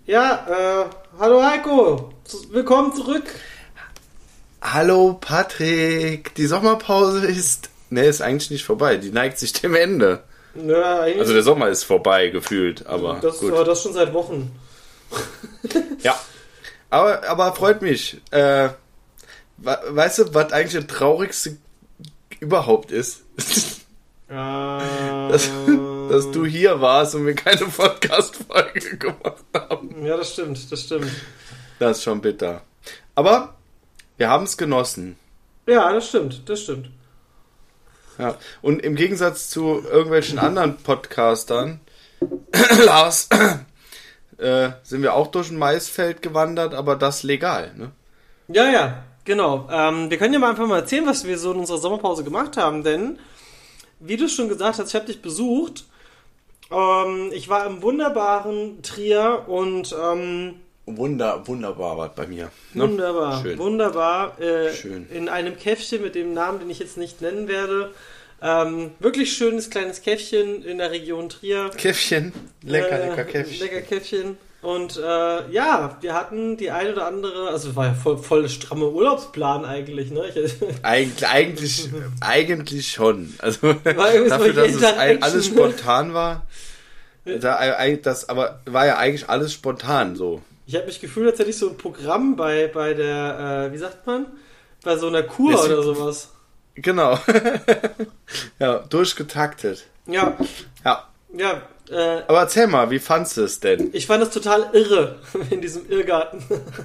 Ja, hallo Heiko, willkommen zurück. Hallo Patrick, die Sommerpause ist eigentlich nicht vorbei, die neigt sich dem Ende. Ja, also der Sommer ist vorbei, gefühlt, aber das, gut. Aber das schon seit Wochen. Ja, aber freut mich. Weißt du, was eigentlich das Traurigste überhaupt ist? dass du hier warst und wir keine Podcast-Folge gemacht haben. Ja, das stimmt. Das ist schon bitter. Aber wir haben es genossen. Ja, das stimmt. Ja. Und im Gegensatz zu irgendwelchen anderen Podcastern, Lars, sind wir auch durch ein Maisfeld gewandert, aber das legal, ne? Ja, genau. Wir können ja einfach mal erzählen, was wir so in unserer Sommerpause gemacht haben, denn wie du schon gesagt hast, ich habe dich besucht. Ich war im wunderbaren Trier und wunderbar war bei mir. Ne? Wunderbar, schön. Wunderbar. Schön. In einem Käffchen mit dem Namen, den ich jetzt nicht nennen werde. Wirklich schönes kleines Käffchen in der Region Trier. Käffchen, lecker Käffchen. Lecker Käffchen. Und wir hatten die ein oder andere, also es war ja voll stramme Urlaubsplan eigentlich, ne? Eigentlich schon. Also dafür, dass es alles spontan war, aber war ja eigentlich alles spontan so. Ich habe mich gefühlt, als hätte ich so ein Programm bei der, wie sagt man? Bei so einer Kur oder sowas. Genau. Ja, durchgetaktet. Ja. Aber erzähl mal, wie fandst du es denn? Ich fand es total irre in diesem Irrgarten.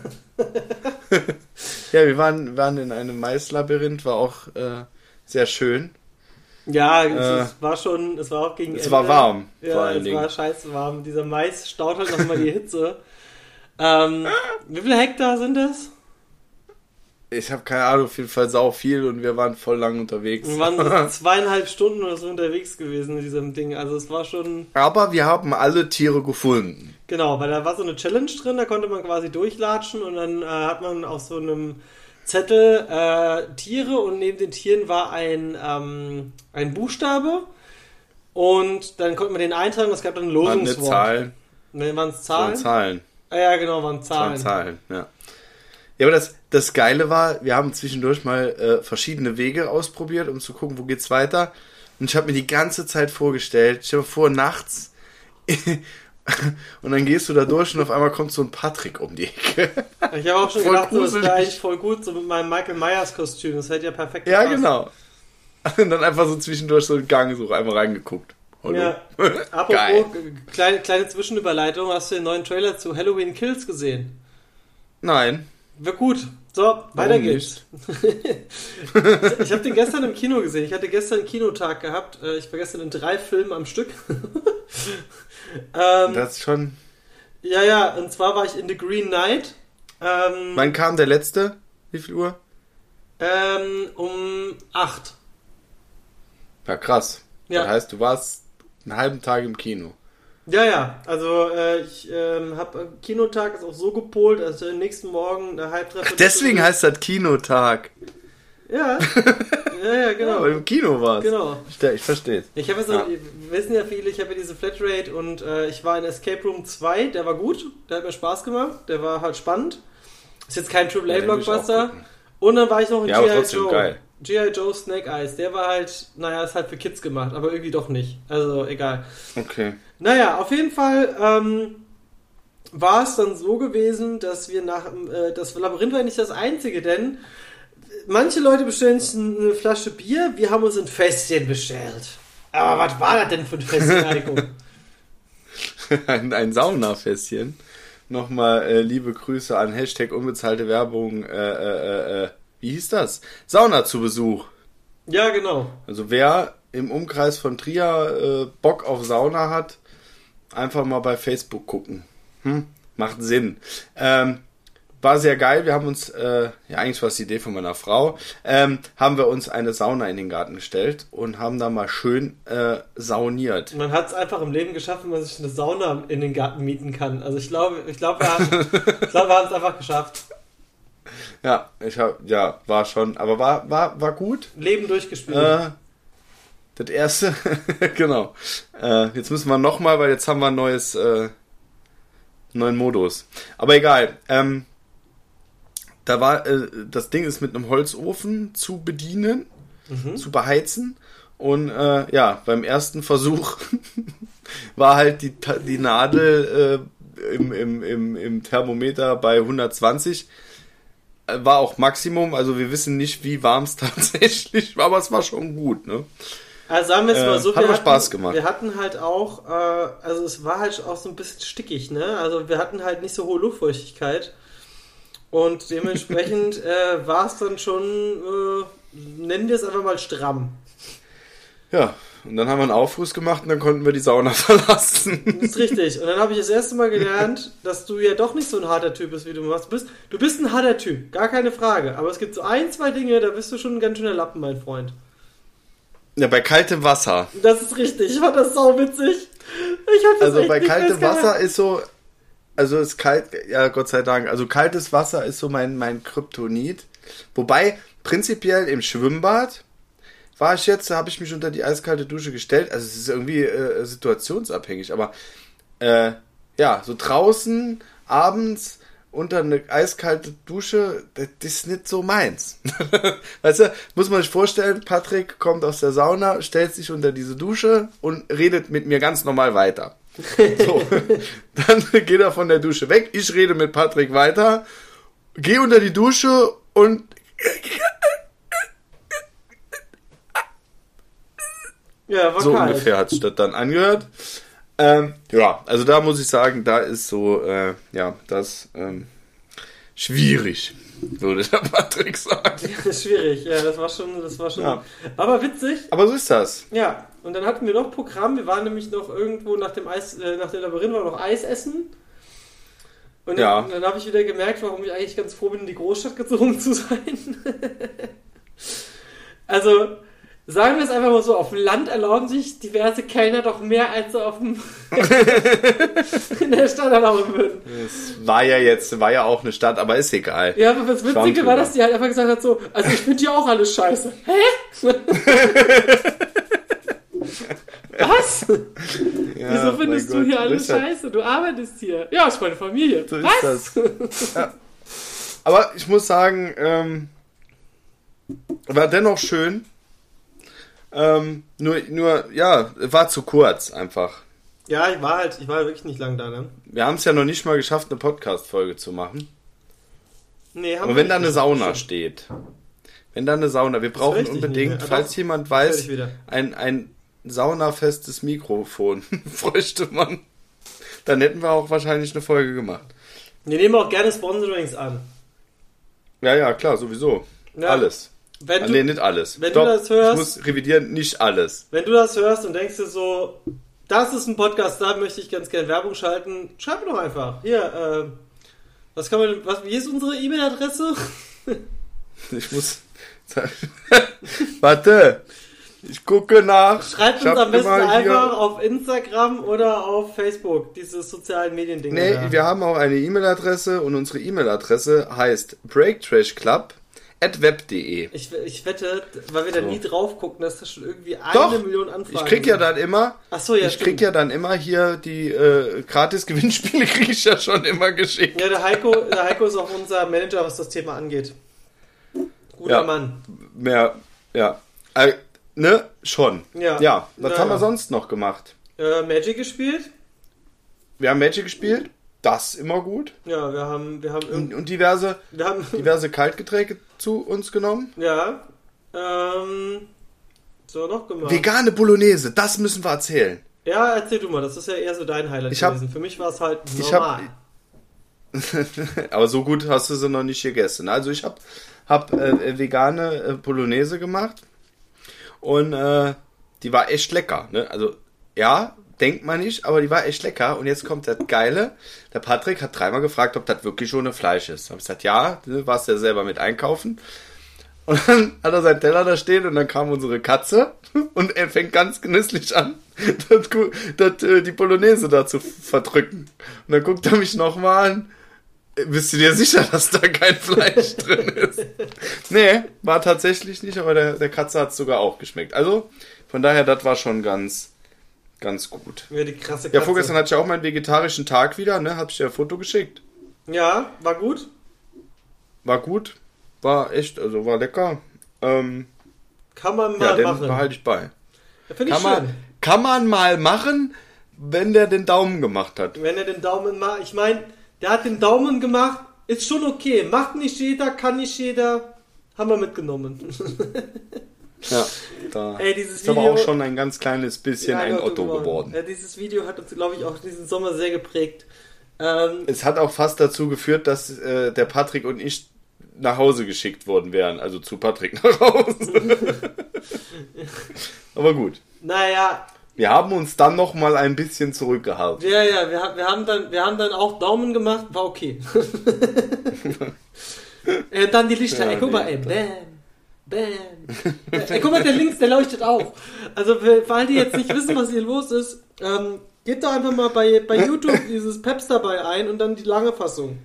Ja, wir waren in einem Maislabyrinth, war auch sehr schön. Ja, es war auch gegen Ende. Es war warm, ja, vor allen Dingen. Es war scheiße warm. Dieser Mais staut halt nochmal die Hitze. Wie viele Hektar sind das? Ich habe keine Ahnung, auf jeden Fall sau viel und wir waren voll lang unterwegs. Wir waren so 2,5 Stunden oder so unterwegs gewesen in diesem Ding. Also es war schon... Aber wir haben alle Tiere gefunden. Genau, weil da war so eine Challenge drin, da konnte man quasi durchlatschen und dann hat man auf so einem Zettel Tiere und neben den Tieren war ein Buchstabe und dann konnte man den eintragen, es gab dann ein Losungswort. Zahlen. Waren es Zahlen? Waren Zahlen. Ah, ja, genau, waren Zahlen. Waren Zahlen, ja. Ja, aber das Geile war, wir haben zwischendurch mal verschiedene Wege ausprobiert, um zu gucken, wo geht's weiter. Und ich habe mir die ganze Zeit vorgestellt, stell dir vor, nachts und dann gehst du da durch und auf einmal kommt so ein Patrick um die Ecke. Ich habe auch schon gedacht, so, das wäre eigentlich voll gut, so mit meinem Michael Myers Kostüm, das hätte ja perfekt gepasst. Ja, genau. Und dann einfach so zwischendurch so einen Gang so einmal reingeguckt. Hallo. Ja. Apropos, kleine Zwischenüberleitung, hast du den neuen Trailer zu Halloween Kills gesehen? Nein. Wird gut. So, weiter geht's. Ich habe den gestern im Kino gesehen. Ich hatte gestern einen Kinotag gehabt. Ich war gestern in 3 Filmen am Stück. Das ist schon... Ja, und zwar war ich in The Green Knight. Wann kam der letzte? Wie viel Uhr? Um 8. Ja, krass. Ja. Das heißt, du warst einen halben Tag im Kino. Ja, also ich habe Kinotag ist auch so gepolt, also am nächsten Morgen eine Halbtreffer. Deswegen heißt das Kinotag. Ja, genau. Ja, weil du im Kino warst. Genau. Ich verstehe. Ich habe wissen ja viele, ich habe ja diese Flatrate und ich war in Escape Room 2, der war gut, der hat mir Spaß gemacht, der war halt spannend. Ist jetzt kein AAA-Blockbuster. Und dann war ich noch in G.I. Joe. Geil. G.I. Joe Snake Eyes, der war halt, ist halt für Kids gemacht, aber irgendwie doch nicht. Also, egal. Okay. Naja, auf jeden Fall war es dann so gewesen, dass wir das Labyrinth war nicht das einzige, denn manche Leute bestellen sich eine Flasche Bier, wir haben uns ein Fässchen bestellt. Aber was war das denn für ein Fässchen, Heiko? ein Saunafässchen. Nochmal liebe Grüße an Hashtag unbezahlte Werbung, wie hieß das? Sauna zu Besuch. Ja, genau. Also wer im Umkreis von Trier Bock auf Sauna hat, einfach mal bei Facebook gucken. Macht Sinn. War sehr geil. Wir haben uns, eigentlich war es die Idee von meiner Frau, haben wir uns eine Sauna in den Garten gestellt und haben da mal schön sauniert. Man hat es einfach im Leben geschafft, wenn man sich eine Sauna in den Garten mieten kann. Also ich glaube, wir haben es einfach geschafft. Ja, war schon, aber war gut. Leben durchgespielt. Das erste, genau. Jetzt müssen wir nochmal, weil jetzt haben wir ein neues neuen Modus. Aber egal. Da war, das Ding ist mit einem Holzofen zu bedienen, zu beheizen. Und beim ersten Versuch war halt die Nadel im Thermometer bei 120. War auch Maximum, also wir wissen nicht, wie warm es tatsächlich war, aber es war schon gut, ne? Also sagen wir es mal so, hat aber Spaß gemacht. Wir hatten halt auch, also es war halt auch so ein bisschen stickig, ne? Also wir hatten halt nicht so hohe Luftfeuchtigkeit und dementsprechend war es dann schon, nennen wir es einfach mal stramm. Ja, und dann haben wir einen Aufguss gemacht und dann konnten wir die Sauna verlassen. Das ist richtig. Und dann habe ich das erste Mal gelernt, dass du ja doch nicht so ein harter Typ bist, wie du machst. Du bist ein harter Typ, gar keine Frage. Aber es gibt so ein, zwei Dinge, da bist du schon ein ganz schöner Lappen, mein Freund. Ja, bei kaltem Wasser. Das ist richtig. Ich fand das sau witzig. Also bei kaltem Wasser ist so, also ist kalt, ja Gott sei Dank, also kaltes Wasser ist so mein Kryptonit. Wobei, prinzipiell im Schwimmbad war ich jetzt, da habe ich mich unter die eiskalte Dusche gestellt. Also es ist irgendwie situationsabhängig, aber so draußen, abends unter eine eiskalte Dusche, das ist nicht so meins. Weißt du, muss man sich vorstellen, Patrick kommt aus der Sauna, stellt sich unter diese Dusche und redet mit mir ganz normal weiter. So, dann geht er von der Dusche weg, ich rede mit Patrick weiter, gehe unter die Dusche und ja, war so kalt. ungefähr hat sich das dann angehört. Also da muss ich sagen, da ist so, das schwierig, würde der Patrick sagen. Ja, schwierig, ja, das war schon. Ja. Aber witzig. Aber so ist das. Ja, und dann hatten wir noch Programm, wir waren nämlich noch irgendwo nach dem Labyrinth war noch Eis essen. Und dann habe ich wieder gemerkt, warum ich eigentlich ganz froh bin, in die Großstadt gezogen zu sein. Also, sagen wir es einfach mal so, auf dem Land erlauben sich diverse Kellner doch mehr, als sie auf dem in der Stadt erlauben würden. Es war ja auch eine Stadt, aber ist egal. Ja, aber das Witzige war, dass die halt einfach gesagt hat so, also ich finde hier auch alles scheiße. Hä? Was? Ja, wieso findest du hier alles scheiße? Du arbeitest hier. Ja, ist meine Familie. So was? Ist das. Ja. Aber ich muss sagen, war dennoch schön. War zu kurz einfach. Ja, ich war wirklich nicht lang da, ne? Wir haben es ja noch nicht mal geschafft, eine Podcast-Folge zu machen. Nee, aber wenn da eine Sauna steht, wir brauchen unbedingt, falls jemand weiß, ein saunafestes Mikrofon bräuchte man, dann hätten wir auch wahrscheinlich eine Folge gemacht. Wir nehmen auch gerne Sponsorings an. Ja, klar, sowieso. Ja. Alles. Nicht alles. Wenn du das hörst, ich muss revidieren, nicht alles. Wenn du das hörst und denkst dir so, das ist ein Podcast, da möchte ich ganz gerne Werbung schalten, schreib mir doch einfach. Hier, wie ist unsere E-Mail-Adresse? Ich muss warte, ich gucke nach. Schreibt uns am besten einfach auf Instagram oder auf Facebook, dieses sozialen Medien-Ding. Nee, wir haben auch eine E-Mail-Adresse und unsere E-Mail-Adresse heißt breaktrashclub@web.de. Ich wette, weil wir da nie drauf gucken, dass das schon irgendwie 1.000.000 Anfragen ich krieg ja dann immer, ich krieg ja dann immer hier die Gratis-Gewinnspiele kriege ich ja schon immer geschickt. Ja, der Heiko ist auch unser Manager, was das Thema angeht. Guter Mann. Schon. Ja. Was haben wir sonst noch gemacht? Magic gespielt. Wir haben Magic gespielt. Das immer gut. Ja, wir haben und diverse Kaltgetränke zu uns genommen. Ja. So noch gemacht. Vegane Bolognese, das müssen wir erzählen. Ja, erzähl du mal, das ist ja eher so dein Highlight gewesen. Für mich war es halt normal. Aber so gut hast du sie noch nicht gegessen. Also ich hab vegane Bolognese gemacht und die war echt lecker. Ne? Also ja, denkt man nicht, aber die war echt lecker. Und jetzt kommt das Geile. Der Patrick hat 3-mal gefragt, ob das wirklich ohne Fleisch ist. Hab ich gesagt, ja, du warst ja selber mit einkaufen. Und dann hat er seinen Teller da stehen und dann kam unsere Katze und er fängt ganz genüsslich an, die Bolognese da zu verdrücken. Und dann guckt er mich nochmal an. Bist du dir sicher, dass da kein Fleisch drin ist? Nee, war tatsächlich nicht, aber der Katze hat es sogar auch geschmeckt. Also, von daher, das war schon ganz ganz gut. Ja, die krasse Katze. Ja, vorgestern hatte ich auch meinen vegetarischen Tag wieder, ne? Hab ich dir ein Foto geschickt. Ja, war gut? War gut. War echt, also war lecker. Kann man mal machen. Den behalte ich bei. Ja, finde ich schön. Kann man mal machen, wenn der den Daumen gemacht hat. Wenn er den Daumen macht. Ich meine, der hat den Daumen gemacht. Ist schon okay. Macht nicht jeder, kann nicht jeder. Haben wir mitgenommen. Ja, da dieses ist aber Video, auch schon ein ganz kleines bisschen ein Otto geworden. Ja, dieses Video hat uns, glaube ich, auch diesen Sommer sehr geprägt. Es hat auch fast dazu geführt, dass der Patrick und ich nach Hause geschickt worden wären. Also zu Patrick nach Hause. Aber gut. Naja. Wir haben uns dann noch mal ein bisschen zurückgehalten. Ja, wir haben dann auch Daumen gemacht, war okay. Dann die Lichter, guck mal, bam, bam. Guck mal, der links, der leuchtet auch. Also, für alle, die jetzt nicht wissen, was hier los ist, gebt doch einfach mal bei YouTube dieses Peps dabei ein und dann die lange Fassung.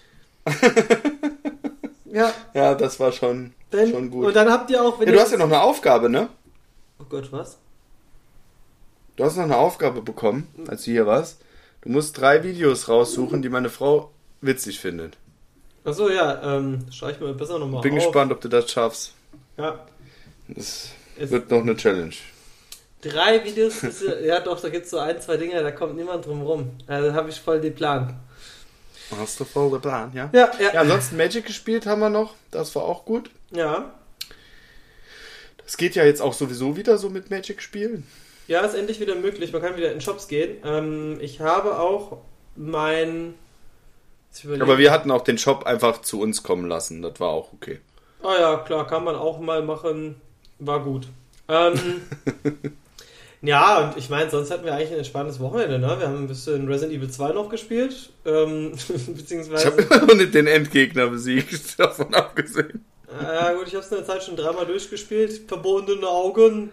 Ja, das war schon gut. Und dann habt ihr auch... du hast ja noch eine Aufgabe, ne? Oh Gott, was? Du hast noch eine Aufgabe bekommen, als du hier warst. Du musst 3 Videos raussuchen, die meine Frau witzig findet. Achso, ja, schreibe ich mir besser nochmal auf. Bin gespannt, ob du das schaffst. Ja. Das wird noch eine Challenge. 3 Videos, ja doch, da gibt es so 1, 2 Dinge, da kommt niemand drum rum. Also habe ich voll den Plan. Hast du voll den Plan, ja? Ja. Ja, ansonsten Magic gespielt haben wir noch, das war auch gut. Ja. Das geht ja jetzt auch sowieso wieder so mit Magic spielen. Ja, ist endlich wieder möglich, man kann wieder in Shops gehen. Ich habe auch aber wir hatten auch den Shop einfach zu uns kommen lassen, das war auch okay. Ah ja, klar, kann man auch mal machen, war gut. Ja, und ich meine, sonst hatten wir eigentlich ein entspanntes Wochenende, ne? Wir haben ein bisschen Resident Evil 2 noch gespielt, beziehungsweise... Ich habe immer noch nicht den Endgegner besiegt, davon abgesehen. Ja gut, ich habe es in der Zeit schon 3-mal durchgespielt, verbundene Augen.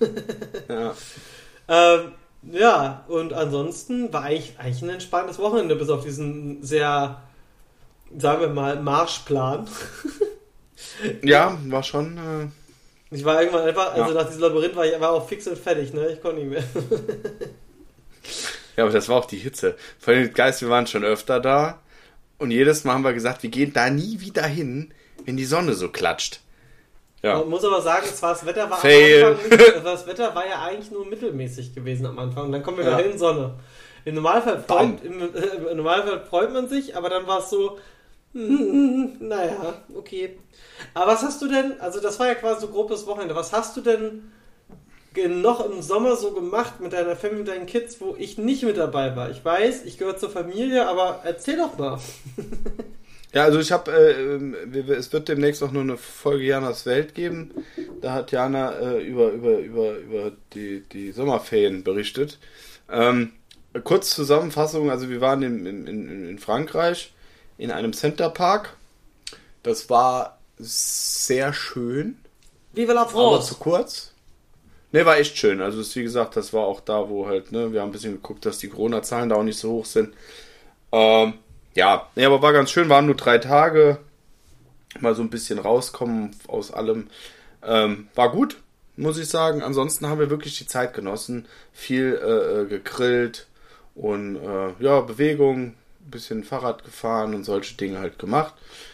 Ja. Ja, und ansonsten war eigentlich ein entspanntes Wochenende, bis auf diesen sehr, sagen wir mal, Marschplan. Ja, war schon... Ich war irgendwann einfach, also nach diesem Labyrinth war ich einfach auch fix und fertig, ne? Ich konnte nicht mehr. Ja, aber das war auch die Hitze. Vor allem Geist, wir waren schon öfter da und jedes Mal haben wir gesagt, wir gehen da nie wieder hin, wenn die Sonne so klatscht. Ja. Man muss aber sagen, das Wetter war Fail. am Anfang, das Wetter war ja eigentlich nur mittelmäßig gewesen am Anfang. Und dann kommen wir wieder in Sonne. Im Normalfall freut man sich, aber dann war es so, naja, okay. Aber was hast du denn, also das war ja quasi so grobes Wochenende, was hast du denn noch im Sommer so gemacht mit deiner Family, mit deinen Kids, wo ich nicht mit dabei war? Ich weiß, ich gehöre zur Familie, aber erzähl doch mal. Ja, also ich habe, es wird demnächst auch nur eine Folge Janas Welt geben. Da hat Jana über die Sommerferien berichtet. Kurz Zusammenfassung, also wir waren in Frankreich in einem Centerpark. Das war sehr schön. Vive la France! Aber zu kurz. Ne, war echt schön. Also wie gesagt, das war auch da, wo halt, ne, wir haben ein bisschen geguckt, dass die Corona-Zahlen da auch nicht so hoch sind. Ja, aber war ganz schön, waren nur 3 Tage. Mal so ein bisschen rauskommen aus allem. War gut, muss ich sagen. Ansonsten haben wir wirklich die Zeit genossen. Viel gegrillt und Bewegung, ein bisschen Fahrrad gefahren und solche Dinge halt gemacht.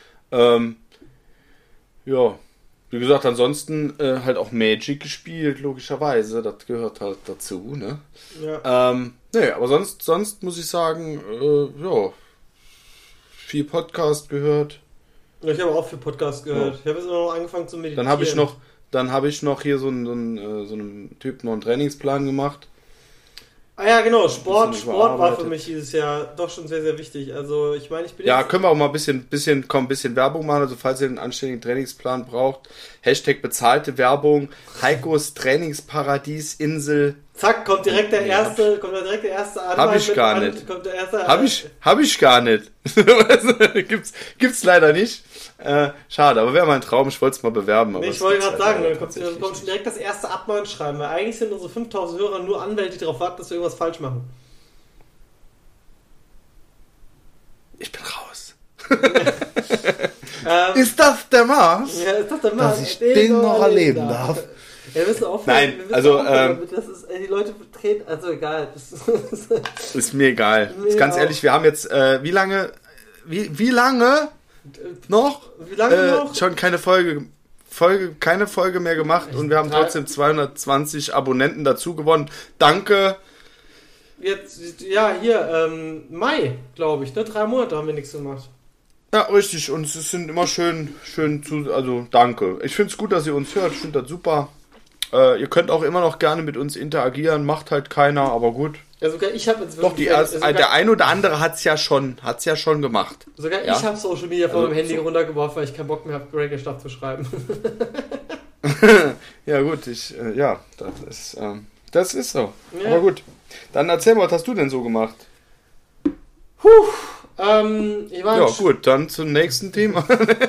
Ja, wie gesagt, ansonsten halt auch Magic gespielt, logischerweise. Das gehört halt dazu, ne? Ja. Aber sonst muss ich sagen, viel Podcast gehört. Ja, ich habe auch viel Podcast gehört. Ja. Ich habe jetzt noch angefangen zu meditieren. Dann habe ich noch hier so einen Typ noch einen Trainingsplan gemacht. Ah ja, genau, Sport war für mich dieses Jahr doch schon sehr, sehr wichtig. Also ich meine, ich bin können wir auch mal ein bisschen Werbung machen. Also falls ihr einen anständigen Trainingsplan braucht, #, bezahlte Werbung, Heikos Trainingsparadies, Insel. Zack, kommt direkt der erste an. Hab ich gar nicht. Hab ich gar nicht. Gibt's leider nicht. Schade, aber wäre mein Traum, ich wollte es mal bewerben. Aber ich wollte gerade sagen, dann kommt schon direkt das erste Abmahnschreiben, weil eigentlich sind unsere 5000 Hörer nur Anwälte, die darauf warten, dass wir irgendwas falsch machen. Ich bin raus. Ist das der Maß? Ja, ist das der Maß? Dass ich den noch erleben darf? Ja, wir müssen aufhören. Nein, wir müssen also, aufhören, das ist, die Leute treten, also egal. Ist mir egal. Mir Ist ganz auch. ehrlich, wir haben jetzt, wie lange noch? Wie lange noch? Schon keine Folge mehr gemacht und wir haben trotzdem 220 Abonnenten dazu gewonnen. Danke. Jetzt, ja, hier, Mai, glaube ich, ne? 3 Monate haben wir nichts gemacht. Ja, richtig. Und es sind immer schön also danke. Ich finde es gut, dass ihr uns hört. Ich finde das super. Ihr könnt auch immer noch gerne mit uns interagieren. Macht halt keiner, aber gut. Ja, sogar ich habe jetzt Doch, der ein oder andere hat's ja schon gemacht. Sogar ja? Ich habe Social Media von meinem Handy runtergeworfen, weil ich keinen Bock mehr habe, Breaker Stuff zu schreiben. Ja gut, das ist so. Ja. Aber gut. Dann erzähl mal, was hast du denn so gemacht? Ich war ja gut, dann zum nächsten Thema.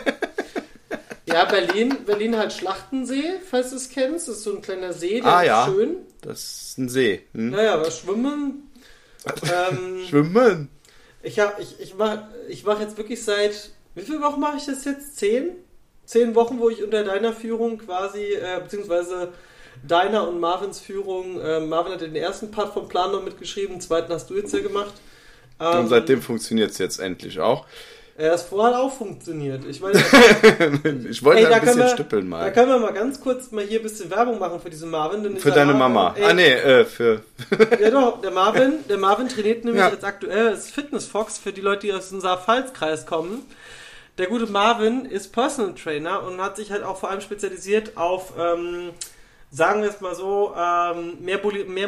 Ja, Berlin halt Schlachtensee, falls du es kennst. Das ist so ein kleiner See, der ist schön. Das ist ein See. Naja, aber Schwimmen. Schwimmen? Ich mach jetzt wirklich seit, wie viele Wochen mache ich das jetzt? 10? 10 Wochen, wo ich unter deiner Führung quasi, beziehungsweise deiner und Marvins Führung, Marvin hat den ersten Part vom Plan noch mitgeschrieben, den zweiten hast du jetzt ja gemacht. Und seitdem funktioniert es jetzt endlich auch. Das vorher auch funktioniert. Ich meine, ich wollte ein bisschen stüppeln mal. Da können wir mal ganz kurz mal hier ein bisschen Werbung machen für diese Marvin. Denn für deine Mama. Für... Ja doch, der Marvin trainiert nämlich jetzt aktuell als Fitness Fox für die Leute, die aus dem Saar-Pfalz-Kreis kommen. Der gute Marvin ist Personal Trainer und hat sich halt auch vor allem spezialisiert auf, sagen wir es mal so, mehr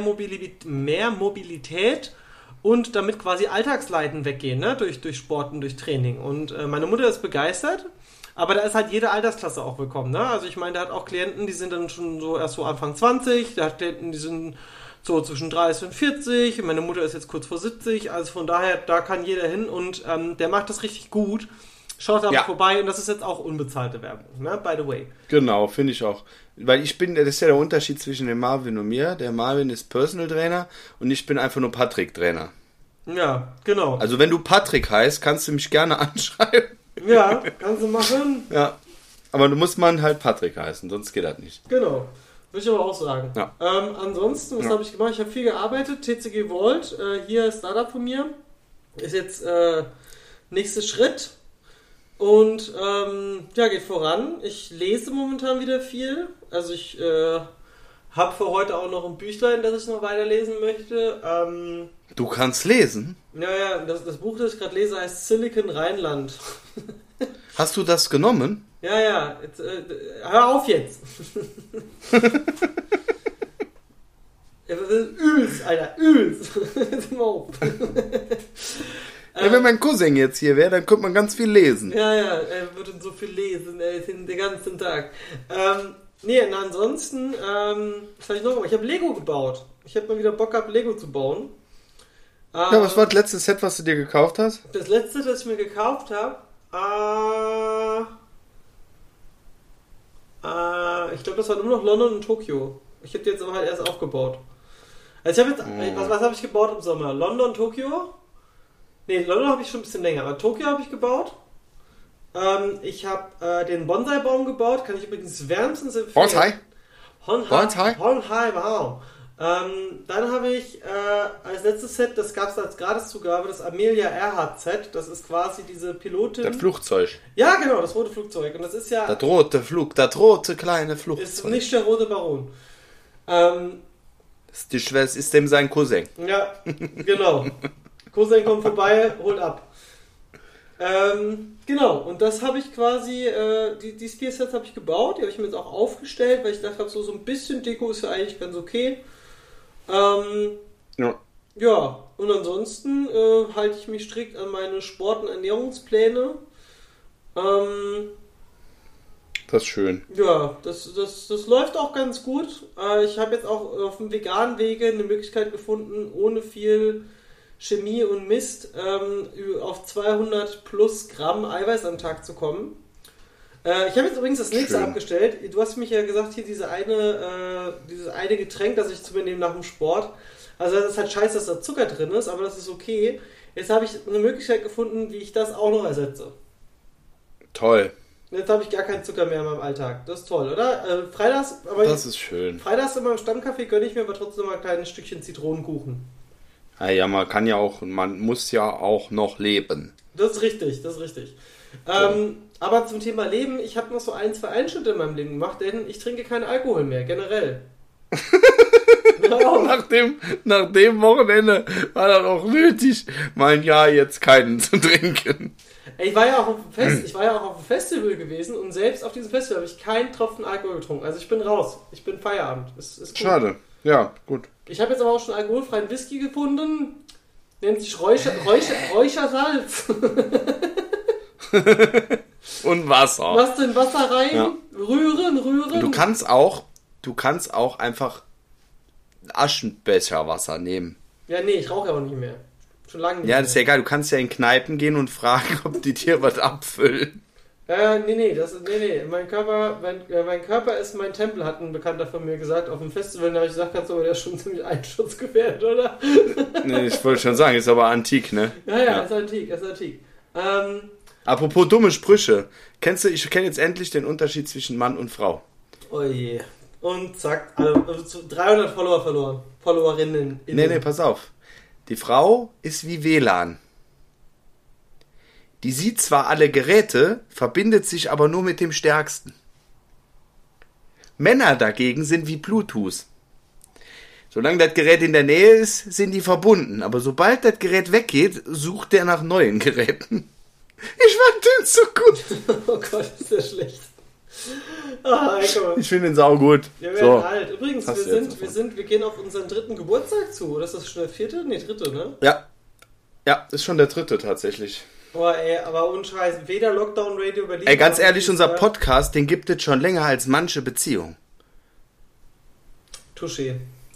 Mobilität und damit quasi Alltagsleiden weggehen, ne? durch Sport und durch Training. Und meine Mutter ist begeistert, aber da ist halt jede Altersklasse auch willkommen. Ne? Also ich meine, der hat auch Klienten, die sind dann schon so erst so Anfang 20, der hat Klienten, die sind so zwischen 30 und 40, meine Mutter ist jetzt kurz vor 70, also von daher, da kann jeder hin und der macht das richtig gut. Schaut da mal vorbei und das ist jetzt auch unbezahlte Werbung, ne? By the way. Genau, finde ich auch. Weil das ist ja der Unterschied zwischen dem Marvin und mir. Der Marvin ist Personal Trainer und ich bin einfach nur Patrick Trainer. Ja, genau. Also wenn du Patrick heißt, kannst du mich gerne anschreiben. Ja, kannst du machen. Ja, aber du musst man halt Patrick heißen, sonst geht das nicht. Genau, würde ich aber auch sagen. Ja. Ansonsten, was habe ich gemacht? Ich habe viel gearbeitet. TCG Vault, hier Startup von mir, ist jetzt nächster Schritt. Und geht voran. Ich lese momentan wieder viel. Also ich habe für heute auch noch ein Büchlein, das ich noch weiterlesen möchte. Du kannst lesen? Ja, das Buch, das ich gerade lese, heißt Silicon Rheinland. Hast du das genommen? Ja. Jetzt, hör auf jetzt. Übelst, Alter, übelst. Jetzt mal auf. Ja, wenn mein Cousin jetzt hier wäre, dann könnte man ganz viel lesen. Ja, er würde so viel lesen, den ganzen Tag. Ansonsten, was habe ich noch gemacht? Ich habe Lego gebaut. Ich habe mal wieder Bock gehabt, Lego zu bauen. Ja, was war das letzte Set, was du dir gekauft hast? Das letzte, das ich mir gekauft habe, ich glaube, das war nur noch London und Tokio. Ich habe die jetzt aber halt erst aufgebaut. Also ich habe jetzt, was habe ich gebaut im Sommer? London, Tokio? Ne, London habe ich schon ein bisschen länger, aber Tokio habe ich gebaut. Ich habe den Bonsai-Baum gebaut, kann ich übrigens wärmstens empfehlen. Bonsai, wow. Dann habe ich als letztes Set, das gab es als Gratiszugabe, das Amelia Earhart Set. Das ist quasi diese Pilotin. Das Flugzeug. Ja, genau, das rote Flugzeug. Und das ist ja... Das rote kleine Flugzeug. Ist nicht der rote Baron. Das ist dem sein Cousin. Ja, genau. Cousin kommt vorbei, holt ab. Genau, und das habe ich quasi, die 4 Sets habe ich gebaut, die habe ich mir jetzt auch aufgestellt, weil ich dachte, so ein bisschen Deko ist ja eigentlich ganz okay. Ja, und ansonsten halte ich mich strikt an meine Sport- und Ernährungspläne. Das ist schön. Ja, das läuft auch ganz gut. Ich habe jetzt auch auf dem veganen Wege eine Möglichkeit gefunden, ohne viel Chemie und Mist auf 200 plus Gramm Eiweiß am Tag zu kommen. Ich habe jetzt übrigens das nächste abgestellt. Du hast mich ja gesagt, hier dieses eine Getränk, das ich zu mir nehme nach dem Sport. Also das ist halt scheiße, dass da Zucker drin ist, aber das ist okay. Jetzt habe ich eine Möglichkeit gefunden, wie ich das auch noch ersetze. Toll. Jetzt habe ich gar keinen Zucker mehr in meinem Alltag. Das ist toll, oder? Freitags, aber Das ist schön. Freitags in meinem Stammcafé gönne ich mir aber trotzdem mal ein kleines Stückchen Zitronenkuchen. Ja, man muss ja auch noch leben. Das ist richtig, das ist richtig. Aber zum Thema Leben, ich habe noch so 1, 2 Einschnitte in meinem Leben gemacht, denn ich trinke keinen Alkohol mehr, generell. Nach dem Wochenende war das auch nötig, mal ein Jahr jetzt keinen zu trinken. Ich war ja auch auf dem Festival gewesen und selbst auf diesem Festival habe ich keinen Tropfen Alkohol getrunken. Also ich bin raus, ich bin Feierabend. Ist gut. Schade, ja, gut. Ich habe jetzt aber auch schon alkoholfreien Whisky gefunden, nennt sich Räuchersalz. Und Wasser. Machst du in Wasser rein, ja. rühren. Du kannst auch einfach Aschenbecherwasser nehmen. Ja, nee, ich rauche ja auch nicht mehr. Schon lange nicht Ja, mehr. das ist ja egal. Du kannst ja in Kneipen gehen und fragen, ob die dir was abfüllen. Nee. Mein Körper ist mein Tempel, hat ein Bekannter von mir gesagt. Auf dem Festival, da habe ich gesagt, aber der ist schon ziemlich einschutzgefährdet, oder? Nee, ich wollte schon sagen, ist aber antik, ne? Ja. Ist antik. Apropos dumme Sprüche. Ich kenne jetzt endlich den Unterschied zwischen Mann und Frau. Oh je. Und zack, 300 Follower verloren. Followerinnen. Nee, pass auf. Die Frau ist wie WLAN. Die sieht zwar alle Geräte, verbindet sich aber nur mit dem Stärksten. Männer dagegen sind wie Bluetooth. Solange das Gerät in der Nähe ist, sind die verbunden. Aber sobald das Gerät weggeht, sucht der nach neuen Geräten. Ich fand den so gut. Oh Gott, ist der schlecht. Ah, ich finde den sau gut. Wir werden alt. Übrigens, wir gehen auf unseren 3. Geburtstag zu. Oder ist das schon der 4.? Nee, 3., ne? Ja, ist schon der 3. tatsächlich. Boah, ey, aber ohne Scheiß. Weder Lockdown Radio Berlin. Ey, ganz ehrlich, unser Podcast, den gibt es schon länger als manche Beziehung. Touché.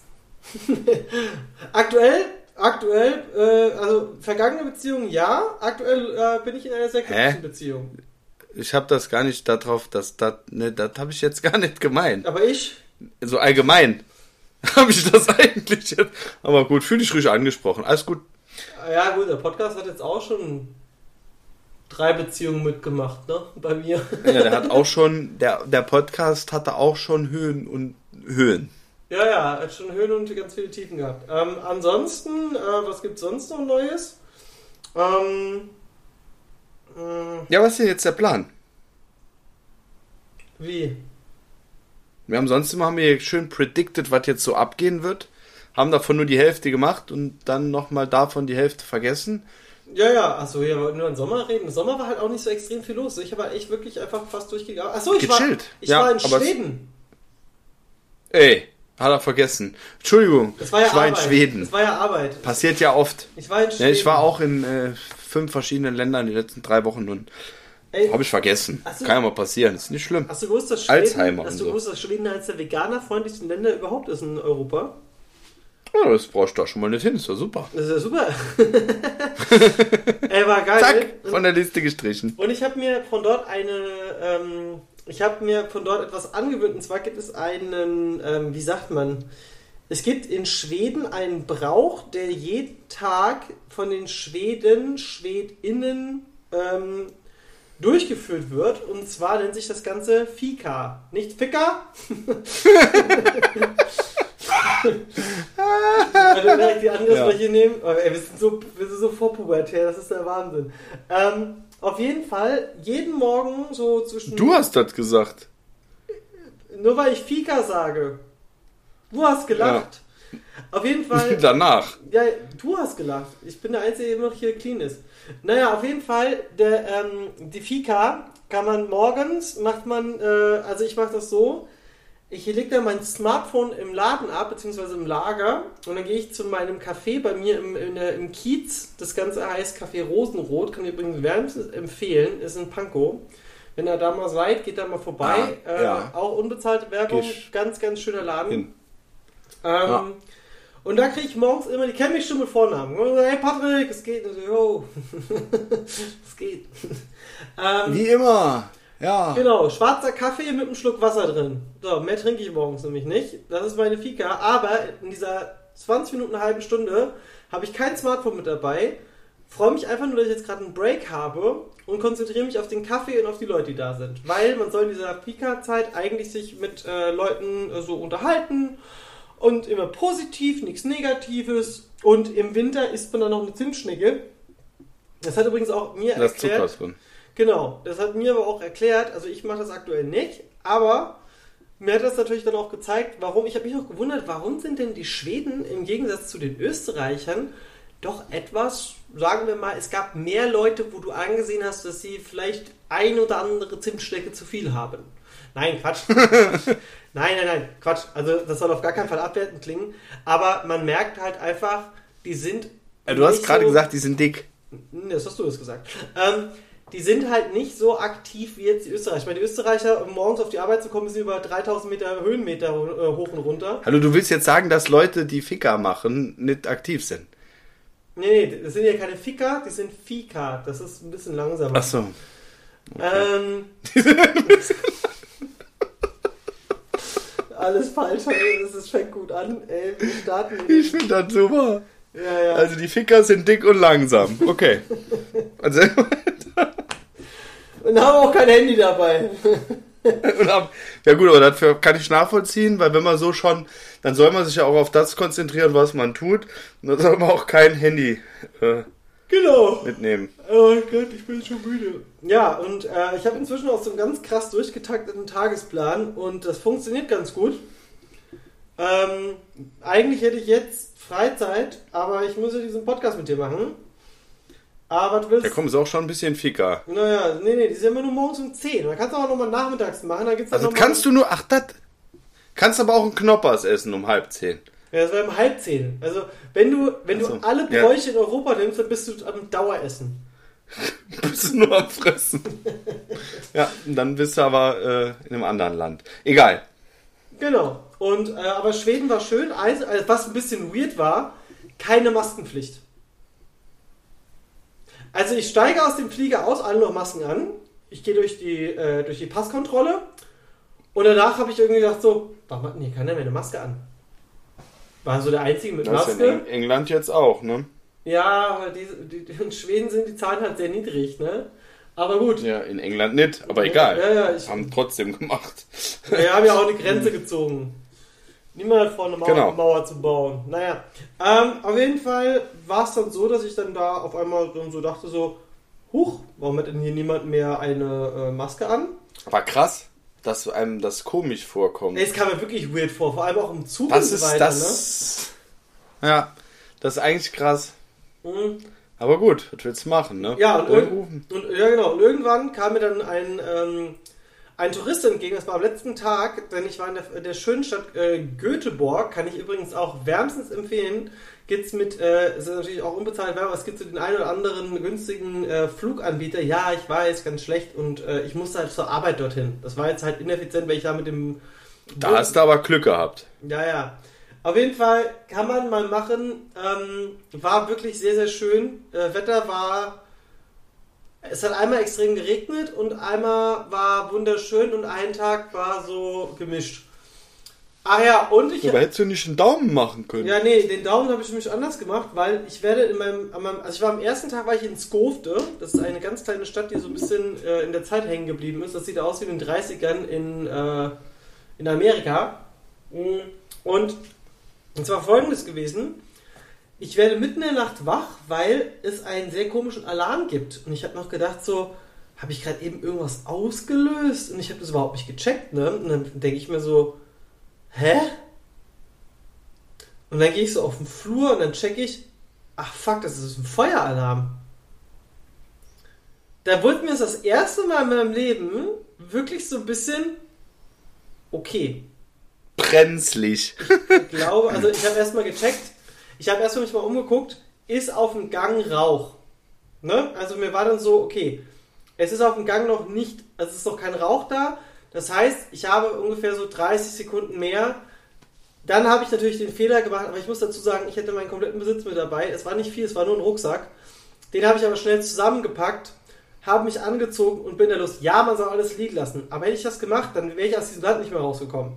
Aktuell, also vergangene Beziehungen ja. Aktuell bin ich in einer sehr glücklichen Beziehung. Ich habe das gar nicht darauf, das habe ich jetzt gar nicht gemeint. Aber ich? So allgemein habe ich das eigentlich jetzt. Aber gut, fühl dich ruhig angesprochen. Alles gut. Ja gut, der Podcast hat jetzt auch schon 3 Beziehungen mitgemacht, ne? Bei mir. Ja, der hat auch schon, der Podcast hatte auch schon Höhen und Höhen. Ja, hat schon Höhen und ganz viele Tiefen gehabt. Ansonsten, was gibt's sonst noch Neues? Ja, was ist denn jetzt der Plan? Wie? Haben wir schön predicted, was jetzt so abgehen wird. Haben davon nur die Hälfte gemacht und dann nochmal davon die Hälfte vergessen. Ja, achso, wir wollten nur im Sommer reden. Im Sommer war halt auch nicht so extrem viel los. Ich habe halt echt wirklich einfach fast durchgegangen. Achso, ich war in Schweden. Ey, hat er vergessen. Entschuldigung, ich war in Schweden. Das war ja Arbeit. Passiert ja oft. Ich war in Schweden. Ja, ich war auch in 5 verschiedenen Ländern die letzten 3 Wochen und habe ich vergessen. Kann ja mal passieren, ist nicht schlimm. Hast du gewusst, dass Schweden eines der veganerfreundlichsten Länder überhaupt ist in Europa? Ja, das brauchst du da schon mal nicht hin, ist ja super. Das ist ja super. Ey, war geil. Zack, von der Liste gestrichen. Und ich habe mir von dort etwas angewöhnt, und zwar gibt es einen, wie sagt man, es gibt in Schweden einen Brauch, der jeden Tag von den Schwedinnen durchgeführt wird, und zwar nennt sich das Ganze Fika. Nicht Ficker? Weil wir direkt die Angriffsfläche nehmen. Oh, ey, wir sind so vorpubertär, das ist der Wahnsinn. Auf jeden Fall, jeden Morgen so zwischen... Du hast das gesagt. Nur weil ich Fika sage. Du hast gelacht. Ja. Auf jeden Fall... Danach. Ja, du hast gelacht. Ich bin der Einzige, der immer noch hier clean ist. Naja, auf jeden Fall, die Fika kann man morgens, also ich mache das so, ich lege dann mein Smartphone im Laden ab, beziehungsweise im Lager, und dann gehe ich zu meinem Café bei mir im Kiez. Das Ganze heißt Café Rosenrot, kann ich übrigens wärmstens empfehlen, ist in Pankow. Wenn ihr da mal seid, geht da mal vorbei. Ja. Auch unbezahlte Werbung, ganz, ganz schöner Laden. Und da kriege ich morgens immer, die kennen mich schon mit Vornamen. Hey Patrick, es geht. Und so, yo. Es geht. Wie immer. Ja. Genau, schwarzer Kaffee mit einem Schluck Wasser drin. So, mehr trinke ich morgens nämlich nicht. Das ist meine Fika. Aber in dieser 20 Minuten, eine halbe Stunde habe ich kein Smartphone mit dabei. freue mich einfach nur, dass ich jetzt gerade einen Break habe und konzentriere mich auf den Kaffee und auf die Leute, die da sind. Weil man soll in dieser Fika-Zeit eigentlich sich mit Leuten so unterhalten und immer positiv, nichts Negatives. Und im Winter isst man dann noch eine Zimtschnecke. Das hat übrigens auch mir Das erklärt. Zucker drin. Genau, das hat mir aber auch erklärt, also ich mache das aktuell nicht, aber mir hat das natürlich dann auch gezeigt, warum, ich habe mich auch gewundert, warum sind denn die Schweden im Gegensatz zu den Österreichern doch etwas, sagen wir mal, es gab mehr Leute, wo du angesehen hast, dass sie vielleicht ein oder andere Zimtschnecke zu viel haben. Nein, Quatsch. Nein, Quatsch. Also das soll auf gar keinen Fall abwertend klingen, aber man merkt halt einfach, die sind... Du hast gerade gesagt, die sind dick. Das hast du das gesagt. Die sind halt nicht so aktiv wie jetzt die Österreicher. Weil die Österreicher, um morgens auf die Arbeit zu kommen, sind über 3000 Meter Höhenmeter hoch und runter. Hallo, du willst jetzt sagen, dass Leute, die Fika machen, nicht aktiv sind? Nee, das sind ja keine Fika, die sind Fika. Das ist ein bisschen langsamer. Ach so. Okay. Alles falsch, es fängt gut an. Ey, wir starten. Ich finde das super. Ja. Also die Ficker sind dick und langsam. Okay. Also, und haben auch kein Handy dabei. ja gut, aber dafür kann ich nachvollziehen, weil wenn man so schon, dann soll man sich ja auch auf das konzentrieren, was man tut. Und dann soll man auch kein Handy genau. mitnehmen. Oh Gott, ich bin schon müde. Ja, und ich habe inzwischen auch so einen ganz krass durchgetakteten Tagesplan und das funktioniert ganz gut. Eigentlich hätte ich jetzt Freizeit, aber ich muss ja diesen Podcast mit dir machen. Aber du willst... Da kommt es auch schon ein bisschen Ficker. Naja, nee, die sind immer nur morgens um 10. Da kannst du auch nochmal nachmittags machen. Da gibt's Also noch kannst du nur, kannst aber auch einen Knoppers essen um 9:30. Ja, das war um 9:30. Also, wenn du alle Bräuche in Europa nimmst, dann bist du am Daueressen. Bist du nur am Fressen. Ja, dann bist du aber in einem anderen Land. Egal. Genau. Und, aber Schweden war schön. Also, was ein bisschen weird war, keine Maskenpflicht. Also ich steige aus dem Flieger aus, alle noch Masken an. Ich gehe durch die Passkontrolle. Und danach habe ich irgendwie gedacht so, warum hat denn hier keiner mehr eine Maske an? War so der Einzige mit Maske. Das ist in England jetzt auch, ne? Ja, aber in Schweden sind die Zahlen halt sehr niedrig, ne? Aber gut. Ja, in England nicht, aber egal. Ja, haben trotzdem gemacht. Wir haben ja auch eine Grenze gezogen. Niemand hat vor, eine Mauer zu bauen. Naja, auf jeden Fall war es dann so, dass ich dann da auf einmal dann so dachte so, huch, warum hat denn hier niemand mehr eine Maske an? Aber krass, dass einem das komisch vorkommt. Es kam mir wirklich weird vor, vor allem auch im Zug das und so weiter. Ja, das ist eigentlich krass. Mhm. Aber gut, was willst du machen, ne? Ja, und genau. Und irgendwann kam mir dann ein Tourist entgegen, das war am letzten Tag, denn ich war in der schönen Stadt Göteborg, kann ich übrigens auch wärmstens empfehlen. Gibt's mit, ist natürlich auch unbezahlt Werbung, aber es gibt so den einen oder anderen günstigen Fluganbieter. Ja, ich weiß, ganz schlecht und ich musste halt zur Arbeit dorthin. Das war jetzt halt ineffizient, weil ich da mit dem... Da hast du aber Glück gehabt. Ja. Auf jeden Fall kann man mal machen. War wirklich sehr, sehr schön. Wetter war... Es hat einmal extrem geregnet und einmal war wunderschön und ein Tag war so gemischt. Ach ja, und ich... Aber hättest du nicht einen Daumen machen können? Ja, nee, den Daumen habe ich für mich anders gemacht, weil ich werde also ich war am ersten Tag war ich in Skövde. Das ist eine ganz kleine Stadt, die so ein bisschen in der Zeit hängen geblieben ist. Das sieht aus wie in den 30ern in Amerika. Und es war Folgendes gewesen. Ich werde mitten in der Nacht wach, weil es einen sehr komischen Alarm gibt. Und ich habe noch gedacht so, habe ich gerade eben irgendwas ausgelöst? Und ich habe das überhaupt nicht gecheckt, ne? Und dann denke ich mir so, hä? Und dann gehe ich so auf den Flur und dann checke ich, ach fuck, das ist ein Feueralarm. Da wurde mir das erste Mal in meinem Leben wirklich so ein bisschen okay. Brenzlig. Ich glaube, also ich habe erstmal gecheckt, ich habe erstmal mich mal umgeguckt, ist auf dem Gang Rauch. Ne? Also mir war dann so, okay, es ist auf dem Gang noch nicht, also es ist noch kein Rauch da. Das heißt, ich habe ungefähr so 30 Sekunden mehr. Dann habe ich natürlich den Fehler gemacht, aber ich muss dazu sagen, ich hätte meinen kompletten Besitz mit dabei. Es war nicht viel, es war nur ein Rucksack. Den habe ich aber schnell zusammengepackt, habe mich angezogen und bin da los. Ja, man soll alles liegen lassen. Aber hätte ich das gemacht, dann wäre ich aus diesem Land nicht mehr rausgekommen.